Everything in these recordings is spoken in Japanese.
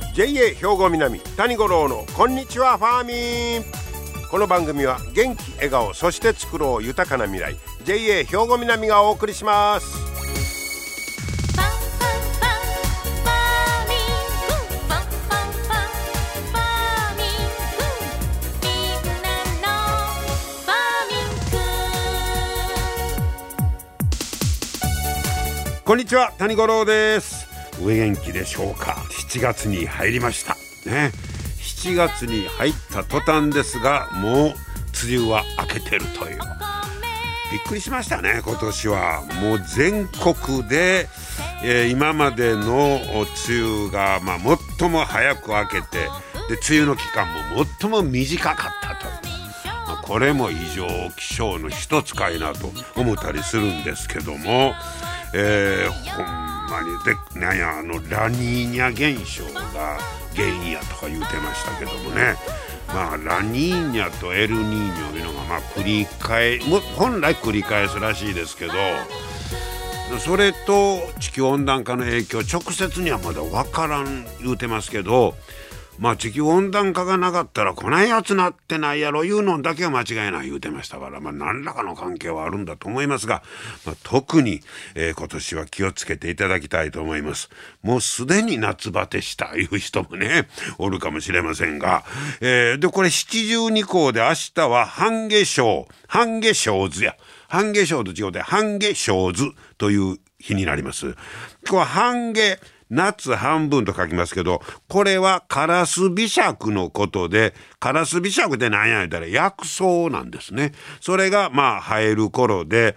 JA 兵庫南谷五郎のこんにちはファーミン。この番組は元気笑顔そして作ろう豊かな未来 JA 兵庫南がお送りします。こんにちは谷五郎です。お元気でしょうか。7月に入りましたね。7月に入った途端ですが、もう梅雨は明けてるという、びっくりしましたね。今年はもう全国で、今までの梅雨が、最も早く明けて、で梅雨の期間も最も短かったという、これも異常気象の一つかいなと思ったりするんですけども、ほんまにでなんやラニーニャ現象が原因やとか言うてましたけどもね。ラニーニャとエルニーニョいうのが本来繰り返すらしいですけど、それと地球温暖化の影響直接にはまだ分からん言うてますけど、地球温暖化がなかったらこないやつなってないやろいうのだけは間違いない言うてましたから、何らかの関係はあるんだと思いますが、特に、今年は気をつけていただきたいと思います。もうすでに夏バテしたいう人もねおるかもしれませんが、でこれ七十二候で明日は半夏生図や半夏生と違うて半夏生図という日になります。これは半夏夏半分と書きますけど、これはカラスビシャクのことで、カラスビシャクって何や言うたら薬草なんですね。それが生える頃で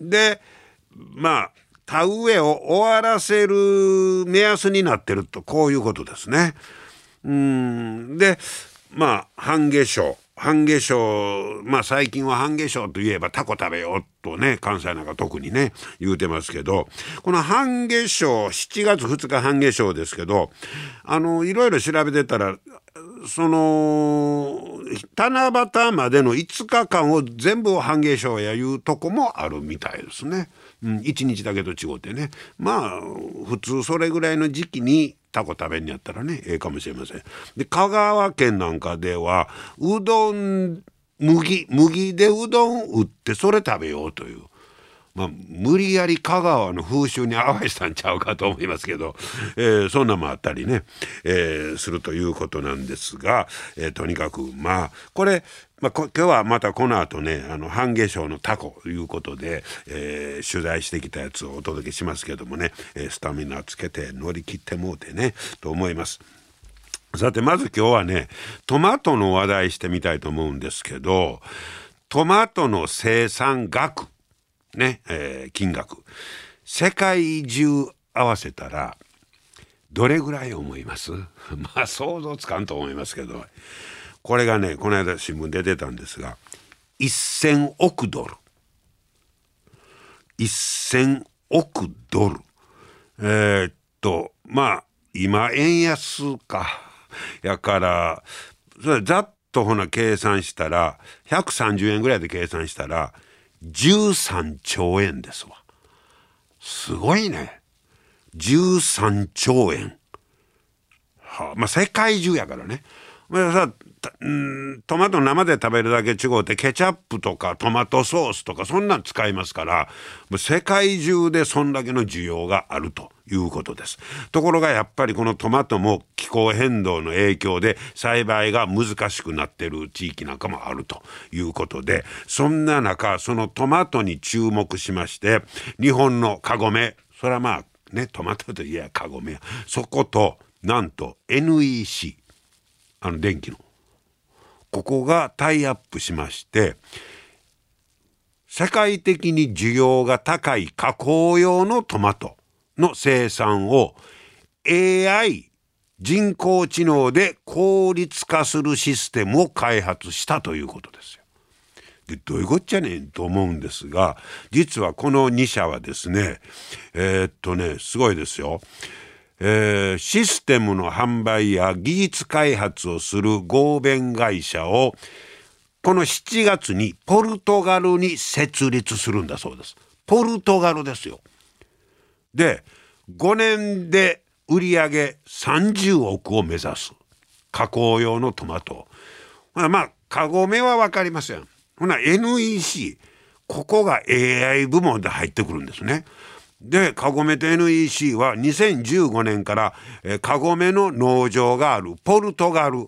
田植えを終わらせる目安になってると、こういうことですね。で半夏生最近は半夏生といえばタコ食べようとね、関西なんか特にね言うてますけど、この半夏生7月2日半夏生ですけど、いろいろ調べてたら、その七夕までの5日間を全部半夏生やいうとこもあるみたいですね。1日だけと違ってね、普通それぐらいの時期にタコ食べんやったらねかもしれません。で香川県なんかではうどん麦でうどん売ってそれ食べようという、無理やり香川の風習に合わせたんちゃうかと思いますけど、そんなもあったりね、するということなんですが、とにかくこれ今日はまたこの後ね半夏生のタコということで、取材してきたやつをお届けしますけどもね、スタミナつけて乗り切ってもうてねと思います。さてまず今日はねトマトの話題してみたいと思うんですけど、トマトの生産額ね、金額世界中合わせたらどれぐらい思います？想像つかんと思いますけど、これがねこの間新聞で出たんですが、1000億ドル1000億ドル今円安かやからそれざっと計算したら130円ぐらいで計算したら13兆円ですわ。すごいね。13兆円。世界中やからね。トマト生で食べるだけ違うてケチャップとかトマトソースとかそんなん使いますから、世界中でそんだけの需要があるということです。ところがやっぱりこのトマトも気候変動の影響で栽培が難しくなっている地域なんかもあるということで、そんな中そのトマトに注目しまして、日本のカゴメ、それはトマトといえばカゴメや、そことなんと NEC 電気のここがタイアップしまして、世界的に需要が高い加工用のトマトの生産を AI 人工知能で効率化するシステムを開発したということですよ。でどういうこっちゃねんと思うんですが、実はこの2社はですねすごいですよ。システムの販売や技術開発をする合弁会社をこの7月にポルトガルに設立するんだそうです。ポルトガルですよ。で5年で売上30億を目指す加工用のトマト。まあカゴメは分かりますよ。ほな NEC ここが AI 部門で入ってくるんですね。でカゴメと NEC は2015年からカゴメの農場があるポルトガル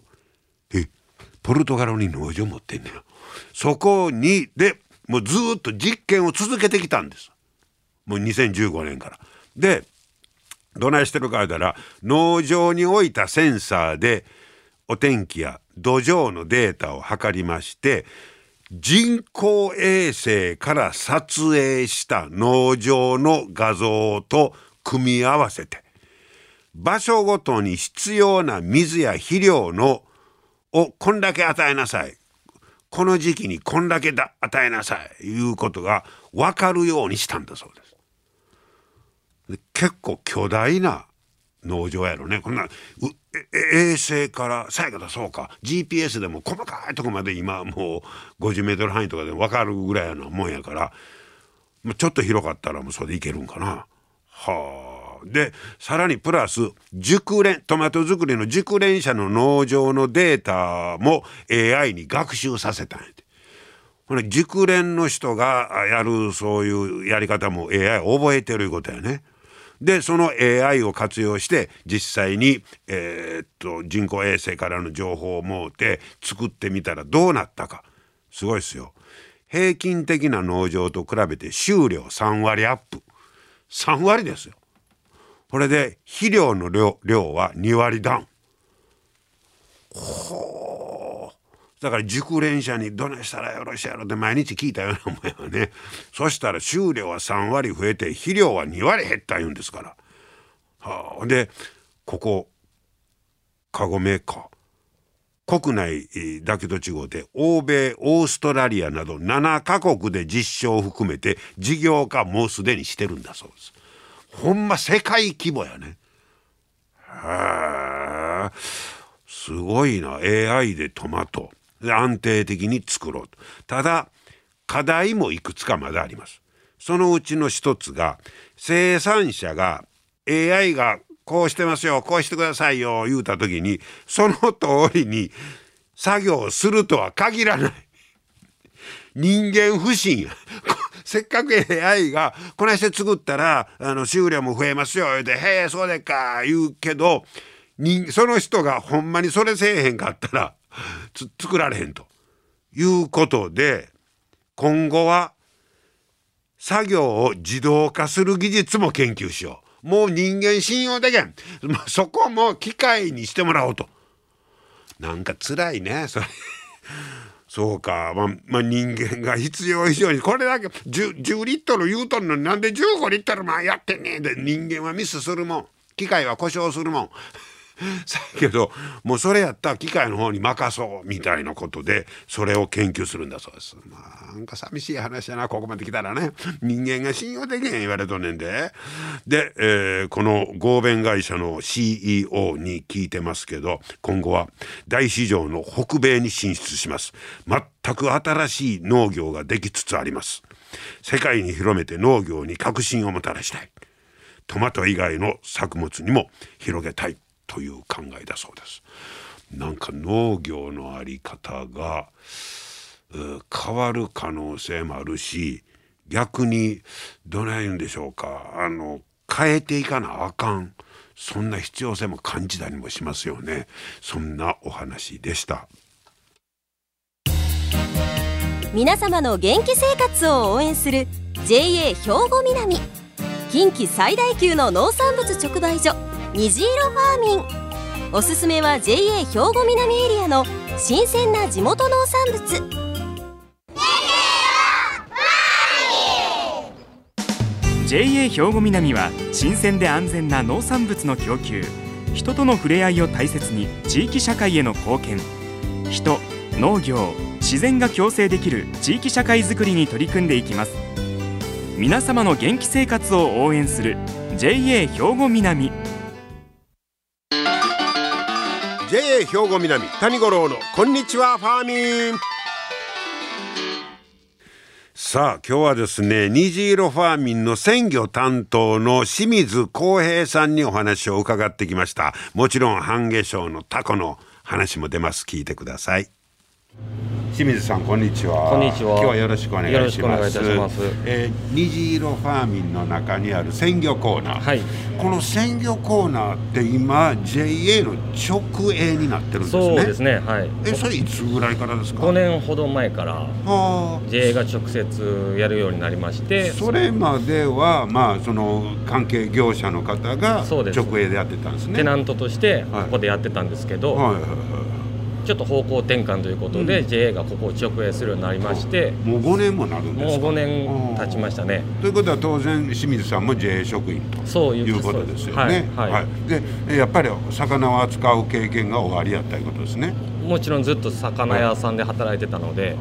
に農場持ってんねん。そこにでもうずっと実験を続けてきたんです。もう2015年から。でどないしてるか言ったら、農場に置いたセンサーでお天気や土壌のデータを測りまして、人工衛星から撮影した農場の画像と組み合わせて、場所ごとに必要な水や肥料をこんだけ与えなさい、この時期にこんだけ与えなさいいうことが分かるようにしたんだそうです。結構巨大な農場やろね。こんな衛星から最後だそうか GPS でも細かいとこまで今もう50メートル範囲とかでも分かるぐらいのもんやから、ちょっと広かったらもうそれでいけるんかな。はあ。でさらにプラストマト作りの熟練者の農場のデータも AI に学習させたんやて。熟練の人がやるそういうやり方も AI 覚えてるいうことやね。でその AI を活用して実際に、人工衛星からの情報を持って作ってみたらどうなったか。すごいですよ。平均的な農場と比べて収量3割アップ。3割ですよ。これで肥料の量は2割ダウン。だから熟練者にどないしたらよろしいやろって毎日聞いたようなもんやわね。そしたら収量は3割増えて肥料は2割減った言うんですから。でここカゴメーカー国内だけと違うて欧米オーストラリアなど7カ国で実証を含めて事業化もうすでにしてるんだそうです。ほんま世界規模やね。すごいな。 AI でトマト安定的に作ろうと。ただ課題もいくつかまだあります。そのうちの一つが生産者が AI がこうしてますよこうしてくださいよ言うた時にその通りに作業するとは限らない。人間不信や。せっかく AI がこないして作ったら収量も増えますよ言うて「へえそうでっか」言うけどその人がほんまにそれせえへんかったら作られへんということで、今後は作業を自動化する技術も研究しよう。もう人間信用できん。そこも機械にしてもらおうと。なんか辛いねそれ。そうか、人間が必要以上にこれだけ 10リットル言うとんのになんで15リットルもやってんねんで。人間はミスするもん、機械は故障するもん。さけどもうそれやったら機械の方に任そうみたいなことでそれを研究するんだそうです。なんか寂しい話だな。ここまで来たらね、人間が信用できへん言われとんねんで。で、この合弁会社の CEO に聞いてますけど、今後は大市場の北米に進出します。全く新しい農業ができつつあります。世界に広めて農業に革新をもたらしたい。トマト以外の作物にも広げたいという考えだそうです。なんか農業のあり方が変わる可能性もあるし、逆にどない言うんでしょうか、変えていかなあかん、そんな必要性も感じたりもしますよね。そんなお話でした。 皆様の元気生活を応援する JA 兵庫南、近畿最大級の農産物直売所虹色ファーミン。おすすめは JA 兵庫南エリアの新鮮な地元農産物。 JA 兵庫南は新鮮で安全な農産物の供給、人との触れ合いを大切に地域社会への貢献、人、農業、自然が共生できる地域社会づくりに取り組んでいきます。皆様の元気生活を応援する JA 兵庫南。 JA 兵庫南谷五郎のこんにちはファーミン。 さあ今日はですね、虹色ファーミンの鮮魚担当の清水康平さんにお話を伺ってきました。もちろん半夏生のタコの話も出ます。聞いてください。清水さん、こんにちは。 こんにちは。 今日はよろしくお願いします。 よろしくお願いいたします。 虹色ファーミンの中にある鮮魚コーナー、はい、この鮮魚コーナーって今 JA の直営になってるんですね。 そうですね、はい。 それいつぐらいからですか？ 5年ほど前から JA が直接やるようになりまして、 それまではその関係業者の方が直営でやってたんですね。 テナントとしてここでやってたんですけど、ちょっと方向転換ということで、JA がここを直営するようになりまして、 もう5年もなるんですか？ もう5年経ちましたね。 ということは当然清水さんも JA 職員ということですよね。でやっぱり魚を扱う経験が終わりやったいうことですね。 もちろんずっと魚屋さんで働いてたので、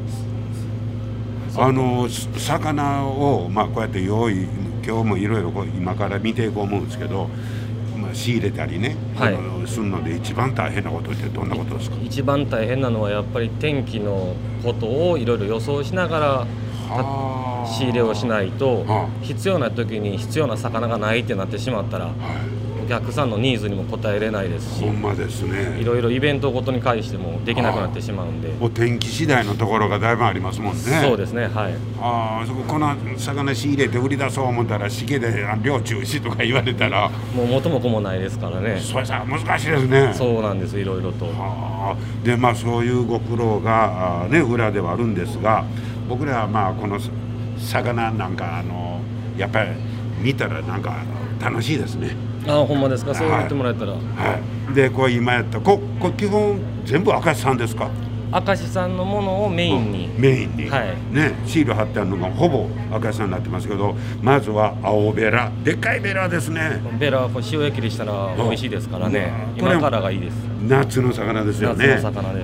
魚をこうやって用意、今日もいろいろ今から見ていこう思うんですけど、仕入れたりね、するので一番大変なことってどんなことですか？ 一番大変なのはやっぱり天気のことをいろいろ予想しながら仕入れをしないと、必要な時に必要な魚がないってなってしまったら、お客さんのニーズにも応えれないですし、 ほんまですね、 いろいろイベントごとに返してもできなくなってしまうんで、 お天気次第のところがだいぶありますもんね。 そうですね、はい。 この魚仕入れて売り出そう思ったらしけで漁中止とか言われたらもう元も子もないですからね。 それさ難しいですね。 そうなんです、いろいろと。 でそういうご苦労が裏ではあるんですが、僕らはこの魚なんかやっぱり見たらなんか楽しいですね。 ほんまですか？そう言ってもらえたら。 で今やったこ基本全部明石産ですか？ 明石産のものをメインに、 シール貼ってあるのがほぼ明石産になってますけど、まずは青ベラ、でっかいベラですね。 ベラは塩焼きにしたら美味しいですからね。今からがいいです。 夏の魚ですよね。 夏の魚です。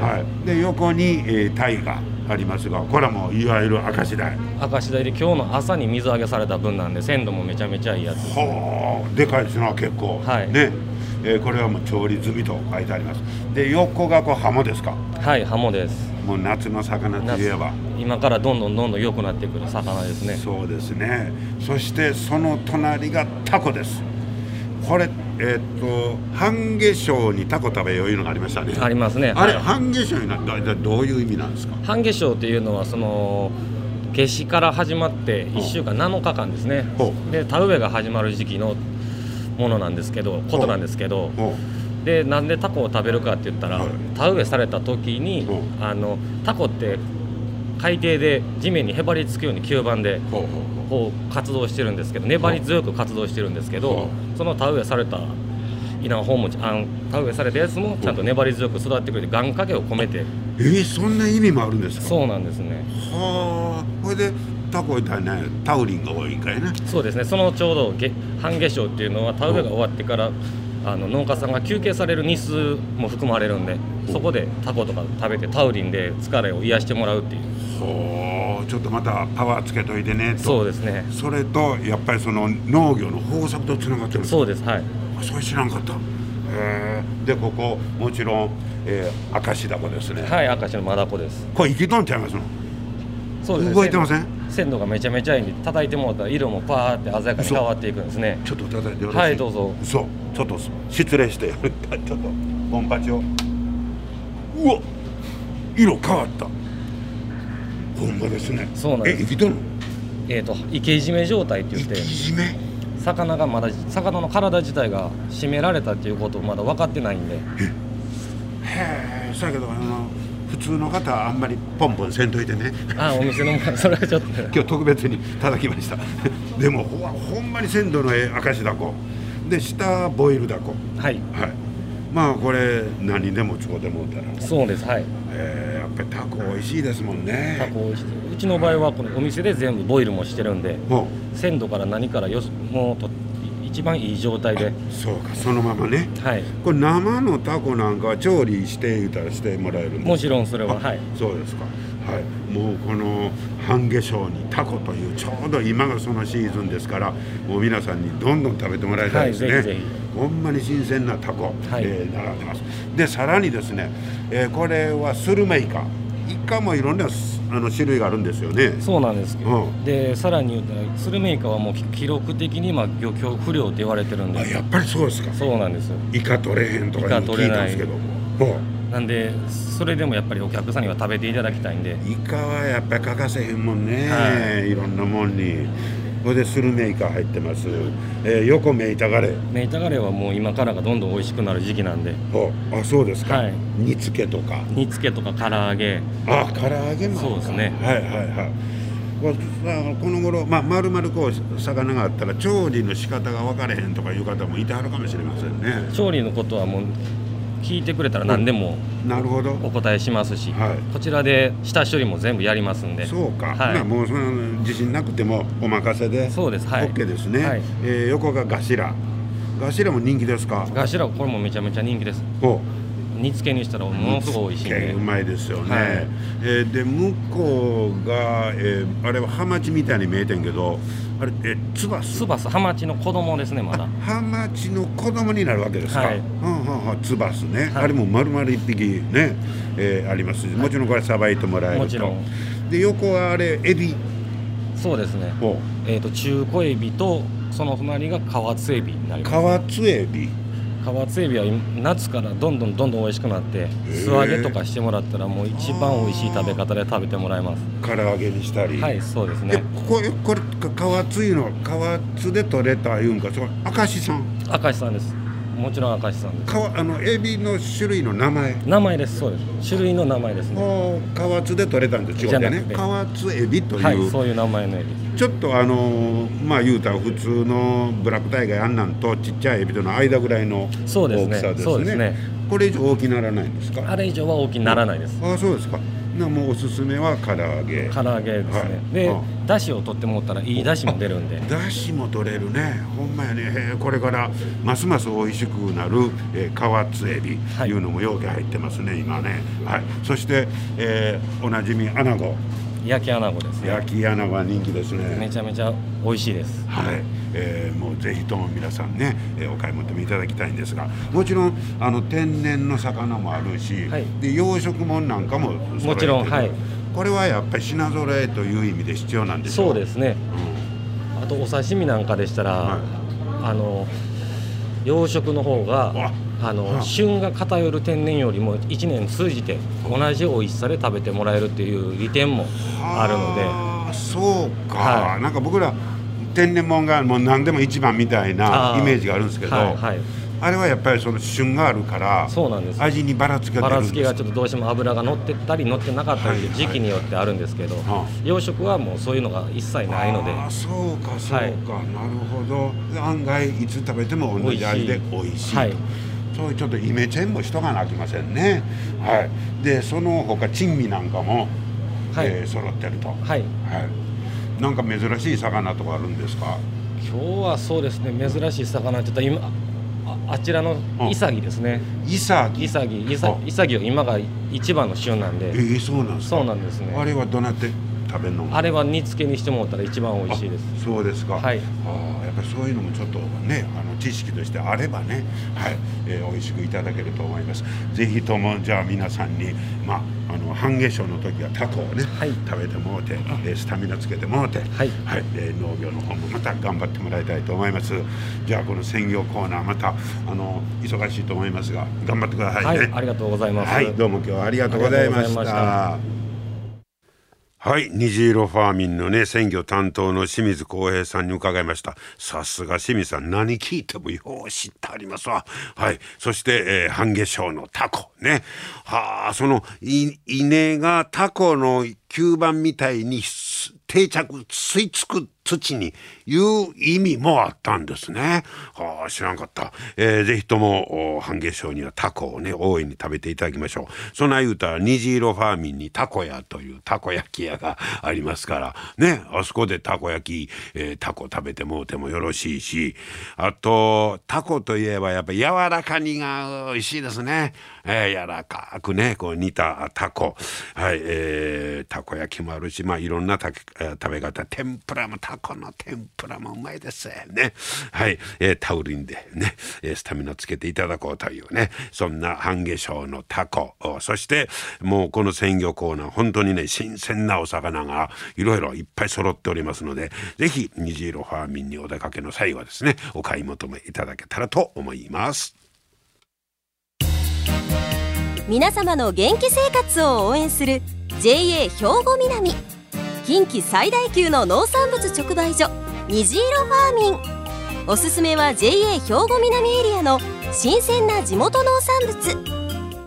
で横にタイがありますが、これはもういわゆる明石鯛。 明石鯛で今日の朝に水揚げされた分なんで、鮮度もめちゃめちゃいいやつです。 でかいですね、結構。これはもう調理済みと書いてあります。で横がハモですか？ はい、ハモです。 もう夏の魚といえば今からどんどん良くなってくる魚ですね。 そうですね。そしてその隣がタコです。これ半夏生にタコ食べよういうのがありましたね。 ありますね。 あれ、半夏生になったらどういう意味なんですか？ 半夏生っていうのはその夏至から始まって1週間7日間ですね。で田植えが始まる時期のものなんですけど、でなんでタコを食べるかって言ったら、田植えされた時にタコって海底で地面にへばりつくように吸盤でこう活動してるんですけど、粘り強く活動してるんですけど、その田植えされた稲穂も田植えされたやつもちゃんと粘り強く育ってくれて、願掛けを込めて。 そんな意味もあるんですか？ そうなんですね。 これでタコみたいなタウリンが多いんかいね。 そうですね。そのちょうど半夏生っていうのは田植えが終わってから農家さんが休憩される日数も含まれるんで、そこでタコとか食べてタウリンで疲れを癒してもらうっていう。 ちょっとまたパワーつけといてねと。 そうですね。 それとやっぱりその農業の法則とつながってるんですか？ そうです。はい。 それ知らんかった。でここもちろん明石ダコですね。 はい、明石のマダコです。 これ生きとんちゃいますの？ そうですね。 動いてません？ 鮮度がめちゃめちゃいいんで、叩いてもらったら色もパーって鮮やかに変わっていくんですね。 ちょっと叩いてよろしい？ はい、どうぞ。 ちょっと失礼してちょっとボンパチを。うわ、色変わった。ほんまですね。 そうなんです。 生きとんの？ 生け締め状態って言って、魚がまだ魚の体自体が締められたっていうことをまだ分かってないんで。 そうやけど普通の方はあんまりポンポンせんといてね。 お店のそれはちょっと今日特別に叩きましたでもほんまに鮮度の明石ダコで、下ボイルダコ。これ何でもちょうでもたら。そうです。はい。やっぱりタコ美味しいですもんね。 タコ美味しい。うちの場合はこのお店で全部ボイルもしてるんで、鮮度から何からもう一番いい状態で。 そうか、そのままね。 はい。 これ生のタコなんかは調理して言うたらしてもらえるんですか？ もちろんそれは。はい。 そうですか。はい。もうこの半夏生にタコというちょうど今がそのシーズンですから、もう皆さんにどんどん食べてもらいたいですね。ぜひ。ほんまに新鮮なタコ、並んでます。でさらにですね、これはスルメイカ。イカもいろんな種類があるんですよね。 そうなんですけど、でさらに言うたらスルメイカはもう記録的に今漁協不良って言われてるんで。 やっぱりそうですか。 そうなんですよ。 イカ取れへんとか聞いたんですけど、 なんでそれでもやっぱりお客さんには食べていただきたいんで。 イカはやっぱり欠かせへんもんね、いろんなもんに。これでスルメイカ入ってます。横メイタガレーはもう今からがどんどん美味しくなる時期なんで。そうですか。煮付けとか唐揚げ。 唐揚げも。 そうですね。 この頃丸々こう魚があったら調理の仕方が分かれへんとかいう方もいてはるかもしれませんね。 調理のことはもう聞いてくれたら何でもお答えしますし、こちらで下処理も全部やりますんで。 そうか、もうその自信なくてもお任せで OK ですね。横がガシラも人気ですか？ ガシラこれもめちゃめちゃ人気です。煮付けにしたらものすごい美味しいんで。 うまいですよね。で向こうが、あれはハマチみたいに見えてんけど、あれツバスハマチの子供ですね。まだハマチの子供になるわけですか。ツバスね、あれも丸々一匹ね、ありますし、もちろんこれさばいてもらえると。もちろんで横はあれエビ。 そうですね。中小エビとその隣がカワツエビになります。 カワツエビは夏からどんどん美味しくなって素揚げとかしてもらったらもう一番美味しい食べ方で食べてもらえます。 唐揚げにしたり。 そうですね。 これカワツで取れたいうんか、それ明石さんです。もちろん明石さんです。エビの種類の名前です。そうです。種類の名前ですね。 カワツで取れたんです。違うね。カワツエビという、 そういう名前のエビ。 ちょっと言うたら普通のブラックタイガーやんなんとちっちゃいエビとの間ぐらいの大きさですね。これ以上大きならないんですか？ あれ以上は大きならないです。 そうですか。もうおすすめは唐揚げですね。でだしを取ってもらったらいいだしも出るんで。 だしも取れるね。ほんまやね。これからますます美味しくなるカワツエビいうのも容器入ってますね今ね。そしておなじみアナゴ。 焼きアナゴですね。 焼きアナゴは人気ですね。 めちゃめちゃ美味しいです。 もうぜひとも皆さんね、お買い求めいただきたいんですが、もちろん天然の魚もあるし、で養殖物なんかももちろん。 これはやっぱり品揃えという意味で必要なんでしょう。 そうですね。あとお刺身なんかでしたら、養殖の方が旬が偏る天然よりも1年通じて同じ美味しさで食べてもらえるっていう利点もあるので。 そうか、なんか僕ら天然物がもう何でも一番みたいなイメージがあるんですけど、あれはやっぱりその旬があるから味にばらつきが出るんです。 ばらつきがちょっとどうしても油が乗ってったり乗ってなかったりで時期によってあるんですけど、養殖はもうそういうのが一切ないので。 そうか、なるほど。案外いつ食べても同じ味で美味しいと。そういうちょっとイメチェンもしとかなきませんね。でその他珍味なんかも揃ってると。なんか珍しい魚とかあるんですか？ 今日はそうですね、珍しい魚って言ったら今あちらのイサギですね。イサギは今が一番の旬なんで。 そうなんですか？ そうなんですね。 あれはどうなって食べるの？ あれは煮付けにしてもらったら一番美味しいです。 そうですか。やっぱりそういうのもちょっとね知識としてあればね、美味しくいただけると思います。ぜひともじゃあ皆さんに半夏生の時はタコをね、食べてもうて、スタミナつけてもうて、農業の方もまた頑張ってもらいたいと思います。じゃあこの鮮魚コーナーまた忙しいと思いますが頑張ってくださいね。 ありがとうございます。 どうも今日はありがとうございました。虹色ファーミンのね鮮魚担当の清水光平さんに伺いました。さすが清水さん、何聞いてもよう知ってありますわ。そして、半夏生のタコね。その稲がタコの吸盤みたいに定着吸い付く土にいう意味もあったんですね。知らんかった。ぜひとも半夏生にはタコをね大いに食べていただきましょう。そんな言うたら虹色ファーミンにタコ屋というたこ焼き屋がありますからね、あそこでたこ焼き、タコ食べてもうてもよろしいし、あとタコといえばやっぱ柔らか煮が美味しいですね。 柔らかくねこう煮たタコ、はい、たこ焼きもあるし、いろんな食べ方、天ぷらもタコの天ぷらもうまいですね。はい、タウリンでねスタミナつけていただこうというね、そんな半夏生のタコ、そしてもうこの鮮魚コーナー本当にね新鮮なお魚がいろいろいっぱい揃っておりますので、ぜひ虹色ファーミンにお出かけの際はですねお買い求めいただけたらと思います。 皆様の元気生活を応援する JA 兵庫南、近畿最大級の農産物直売所虹色ファーミン。おすすめは JA 兵庫南エリアの新鮮な地元農産物。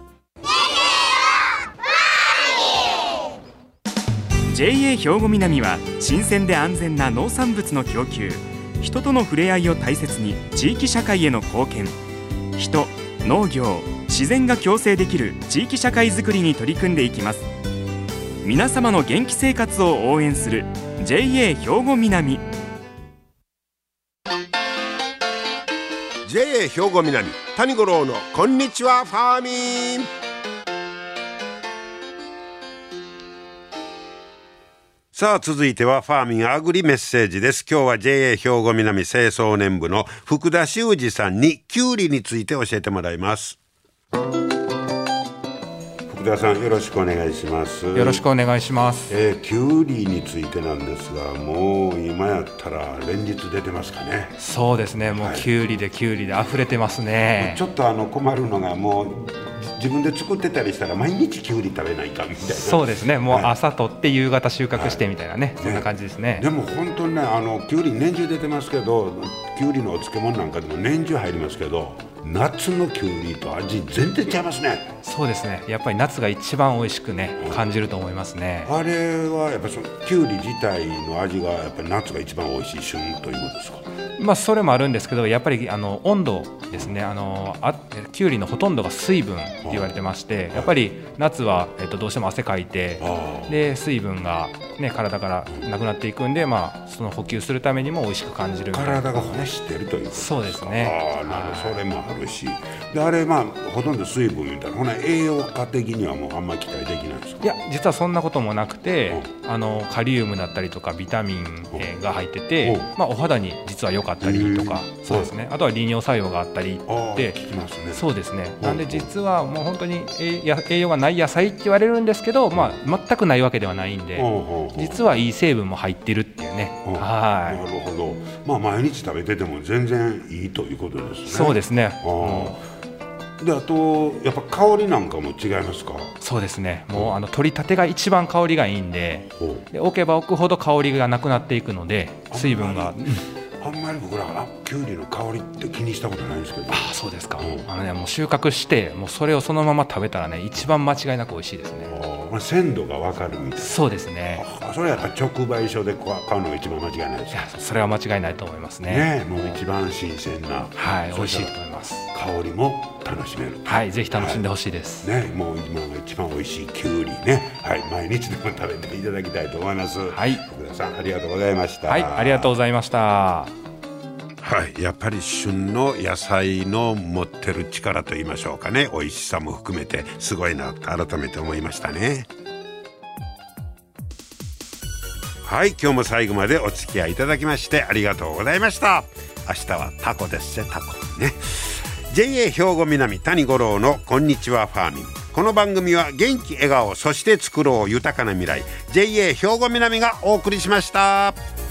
JA 兵庫南は新鮮で安全な農産物の供給、人との触れ合いを大切に地域社会への貢献、人、農業、自然が共生できる地域社会づくりに取り組んでいきます。皆様の元気生活を応援する JA 兵庫南。 JA 兵庫南谷五郎のこんにちはファーミン。さあ続いてはファーミンアグリメッセージです。今日は JA 兵庫南清掃年部の福田修二さんにキュウリについて教えてもらいます。福田さんよろしくお願いします。 よろしくお願いします。 キュウリについてなんですが、もう今やったら連日出てますかね。 そうですね、もうキュウリでキュウリで溢れてますね。 ちょっと困るのが、もう自分で作ってたりしたら毎日キュウリ食べないかみたいな。 そうですね、もう朝取って夕方収穫してみたいなね、そんな感じですね。 でも本当にね、キュウリ年中出てますけど、キュウリのお漬物なんかでも年中入りますけど、夏のキュウリと味全然違いますね。 そうですね、やっぱり夏が一番美味しくね、感じると思いますね。 あれはやっぱりキュウリ自体の味がやっぱり夏が一番美味しい旬ということですか。 それもあるんですけど、やっぱり温度ですね。キュウリのほとんどが水分って言われてまして、やっぱり夏は、どうしても汗かいて、で水分が、ね、体からなくなっていくんで、その補給するためにも美味しく感じるみたいな、 体が欲してるということですか。 そうですね。 それもあるし、であれほとんど水分言うたら、ほな栄養価的にはもうあんまり期待できないですか。 いや、実はそんなこともなくて、カリウムだったりとかビタミンが入ってて、お肌に実は良かったりとか、そうですね、あとは利尿作用があったりって聞きますね。 そうですね。なんで実はもう本当に栄養がない野菜って言われるんですけど、全くないわけではないんで、実はいい成分も入ってるっていうね。 なるほど。毎日食べてても全然いいということですね。 そうですね。 であとやっぱ香りなんかも違いますか。 そうですね、もう取りたてが一番香りがいいんで、置けば置くほど香りがなくなっていくので、水分があんまり僕らはキュウリの香りって気にしたことないんですけど。 そうですか。もう収穫してもうそれをそのまま食べたらね、一番間違いなく美味しいですね。 鮮度が分かるみたいな。 そうですね。 それはやっぱ直売所で買うのが一番間違いないですか。 それは間違いないと思いますね。 もう一番新鮮な、 美味しいと思います。 香りも楽しめる。 ぜひ楽しんでほしいです。 もう今が一番美味しいキュウリね、毎日でも食べていただきたいと思います。福田さんありがとうございました。 ありがとうございました。 やっぱり旬の野菜の持ってる力と言いましょうかね、美味しさも含めてすごいなと改めて思いましたね。今日も最後までお付き合いいただきましてありがとうございました。明日はタコですね、タコね。 JA 兵庫南谷五郎のこんにちはファーミン。この番組は元気笑顔そして作ろう豊かな未来 JA 兵庫南がお送りしました。